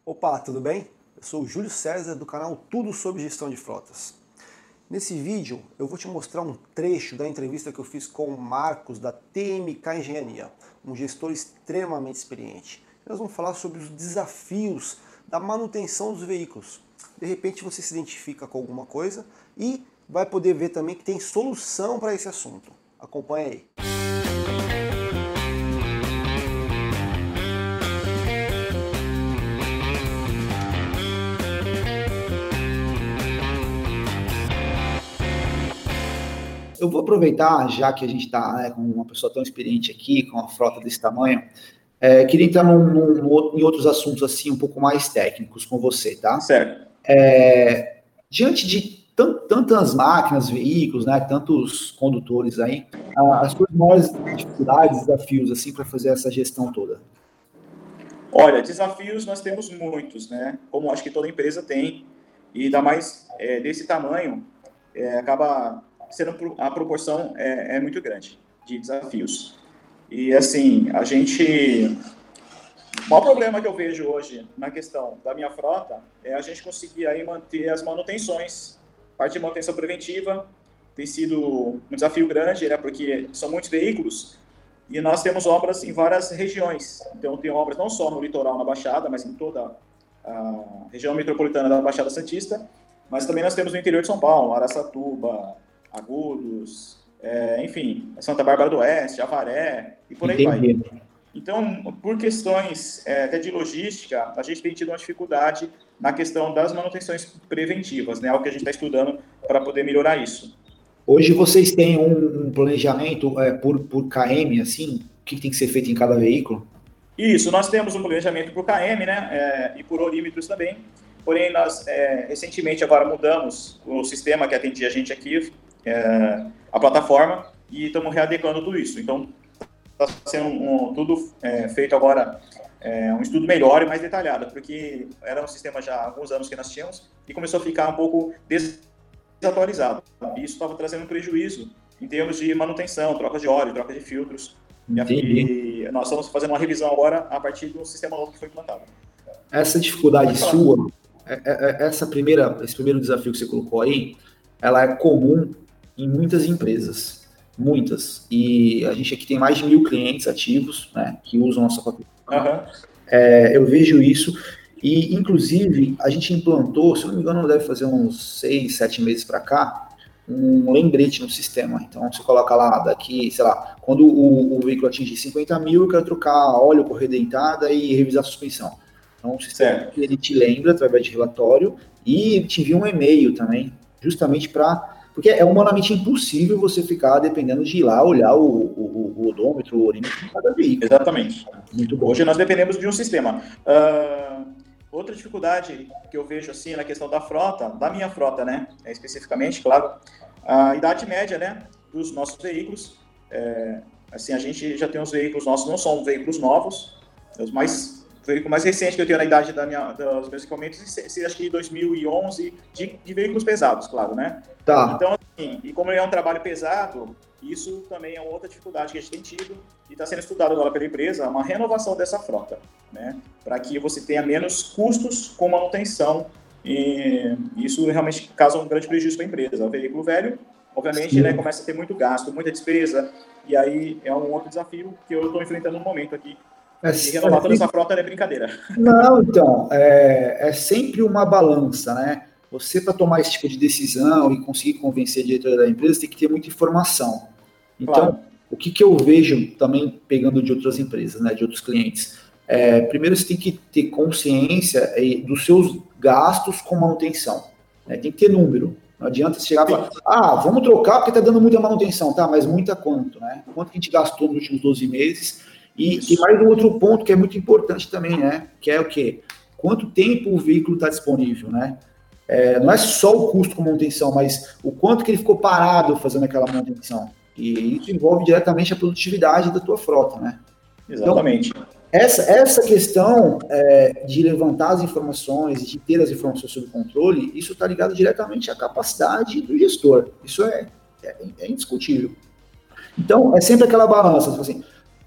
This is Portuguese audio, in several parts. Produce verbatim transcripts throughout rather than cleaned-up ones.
Opa, tudo bem? Eu sou o Júlio César do canal Tudo sobre Gestão de Frotas. Nesse vídeo eu vou te mostrar um trecho da entrevista que eu fiz com o Marcos da T M K Engenharia, um gestor extremamente experiente. Nós vamos falar sobre os desafios da manutenção dos veículos. De repente você se identifica com alguma coisa e vai poder ver também que tem solução para esse assunto. Acompanhe aí. Eu vou aproveitar, já que a gente está né, com uma pessoa tão experiente aqui, com uma frota desse tamanho, é, queria entrar num, num, em outros assuntos assim um pouco mais técnicos com você, tá? Certo. É, diante de tant, tantas máquinas, veículos, né, tantos condutores aí, as suas maiores dificuldades, desafios assim para fazer essa gestão toda? Olha, desafios nós temos muitos, né? Como acho que toda empresa tem, e ainda mais é, desse tamanho, é, acaba sendo a proporção é, é muito grande de desafios. E assim, a gente... O maior problema que eu vejo hoje na questão da minha frota é a gente conseguir aí manter as manutenções. Parte de manutenção preventiva tem sido um desafio grande, né? Porque são muitos veículos e nós temos obras em várias regiões. Então, tem obras não só no litoral, na Baixada, mas em toda a região metropolitana da Baixada Santista, mas também nós temos no interior de São Paulo, Araçatuba, Agudos, é, enfim, Santa Bárbara do Oeste, Avaré e por aí Entendi. vai. Então, por questões é, até de logística, a gente tem tido uma dificuldade na questão das manutenções preventivas, né? Algo que a gente está estudando para poder melhorar isso. Hoje vocês têm um, um planejamento é, por, por K M, assim? O que tem que ser feito em cada veículo? Isso, nós temos um planejamento por K M, né? É, e por orímetros também. Porém, nós é, recentemente agora mudamos o sistema que atendia a gente aqui, é, a plataforma, e estamos readequando tudo isso. Então, está sendo um, um, tudo é, feito agora, é, um estudo melhor e mais detalhado, porque era um sistema já há alguns anos que nós tínhamos e começou a ficar um pouco desatualizado. E isso estava trazendo um prejuízo em termos de manutenção, troca de óleo, troca de filtros. Entendi. E nós estamos fazendo uma revisão agora a partir do sistema novo que foi implantado. Essa dificuldade sua, essa primeira, esse primeiro desafio que você colocou aí, ela é comum em muitas empresas, muitas. E a gente aqui tem mais de mil clientes ativos, né, que usam a nossa plataforma. Uhum. É, eu vejo isso e, inclusive, a gente implantou, se não me engano, deve fazer uns seis, sete meses para cá, um lembrete no sistema. Então, você coloca lá, daqui, sei lá, quando o, o veículo atingir cinquenta mil, eu quero trocar óleo, correia dentada e revisar a suspensão. Então, o sistema que ele te lembra através de relatório e te envia um e-mail também, justamente para... Porque é humanamente impossível você ficar dependendo de ir lá olhar o, o, o odômetro, o orímetro de cada veículo. Exatamente. Muito bom. Hoje nós dependemos de um sistema. Uh, outra dificuldade que eu vejo assim na questão da frota, da minha frota, né, especificamente, claro, a idade média, né, dos nossos veículos. É, assim, a gente já tem os veículos nossos, não são veículos novos, os mais... O veículo mais recente que eu tenho na idade da minha, dos meus equipamentos seria, acho que dois mil e onze, de, de veículos pesados, claro, né? Tá. Então, assim, e como é um trabalho pesado, isso também é uma outra dificuldade que a gente tem tido e está sendo estudado agora pela empresa, uma renovação dessa frota, né? Para que você tenha menos custos com manutenção e isso realmente causa um grande prejuízo para a empresa. O veículo velho, obviamente, né, começa a ter muito gasto, muita despesa e aí é um outro desafio que eu estou enfrentando no momento aqui. É, e renovar toda essa frota não é brincadeira. Não, então, é, é sempre uma balança, né? Você, para tomar esse tipo de decisão e conseguir convencer a diretoria da empresa, tem que ter muita informação. Então, claro. O que, que eu vejo também pegando de outras empresas, né, de outros clientes, é, primeiro você tem que ter consciência dos seus gastos com manutenção. Né? Tem que ter número. Não adianta você chegar e falar, ah, vamos trocar porque está dando muita manutenção. Tá, mas muita quanto, né? Quanto que a gente gastou nos últimos doze meses? E tem mais um outro ponto que é muito importante também, né? Que é o quê? Quanto tempo o veículo está disponível, né? É, não é só o custo com manutenção, mas o quanto que ele ficou parado fazendo aquela manutenção. E isso envolve diretamente a produtividade da tua frota, né? Exatamente. Então, essa, essa questão é, de levantar as informações, de ter as informações sob controle, isso está ligado diretamente à capacidade do gestor. Isso é, é, é indiscutível. Então, é sempre aquela balança, assim,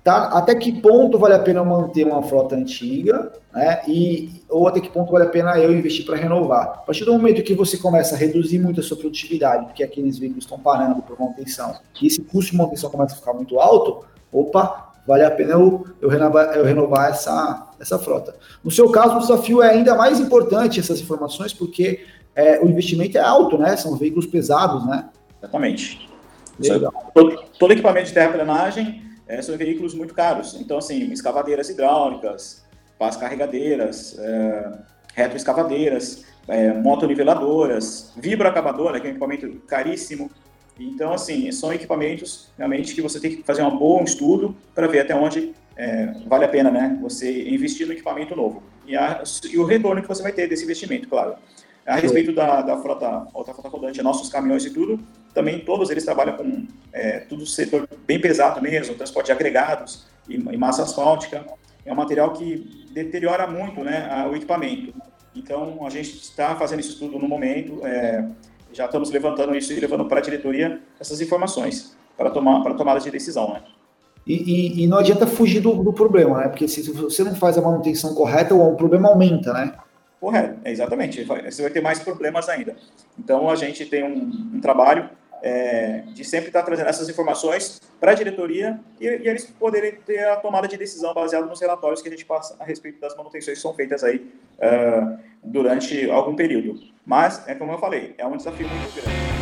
tá, até que ponto vale a pena manter uma frota antiga, né? E, ou até que ponto vale a pena eu investir para renovar. A partir do momento que você começa a reduzir muito a sua produtividade, porque aqueles veículos estão parando por manutenção, e esse custo de manutenção começa a ficar muito alto, opa, vale a pena eu, eu, renovar, eu renovar essa, essa frota. No seu caso, o desafio é ainda mais importante essas informações, porque é, o investimento é alto, né? São veículos pesados, né? Exatamente. Todo, todo equipamento de terraplenagem é, são veículos muito caros. Então, assim, escavadeiras hidráulicas, pás carregadeiras, é, retroescavadeiras, é, motoniveladoras, vibroacabadora, que é um equipamento caríssimo. Então, assim, são equipamentos realmente que você tem que fazer um bom estudo para ver até onde é, vale a pena, né, você investir no equipamento novo. E, a, e o retorno que você vai ter desse investimento, claro. A respeito da, da frota, alta frota rodante, nossos caminhões e tudo, também todos eles trabalham com é, tudo setor bem pesado mesmo, transporte de agregados e, e massa asfáltica. É um material que deteriora muito, né, a, o equipamento. Então, a gente está fazendo isso tudo no momento, é, já estamos levantando isso e levando para a diretoria essas informações para tomar para tomada de decisão, né? E, e, e não adianta fugir do, do problema, né? Porque se você não faz a manutenção correta, o problema aumenta, né? Correto, é, exatamente. Você vai ter mais problemas ainda. Então, a gente tem um, um trabalho é, de sempre estar trazendo essas informações para a diretoria e, e eles poderem ter a tomada de decisão baseada nos relatórios que a gente passa a respeito das manutenções que são feitas aí uh, durante algum período. Mas, é como eu falei, é um desafio muito grande.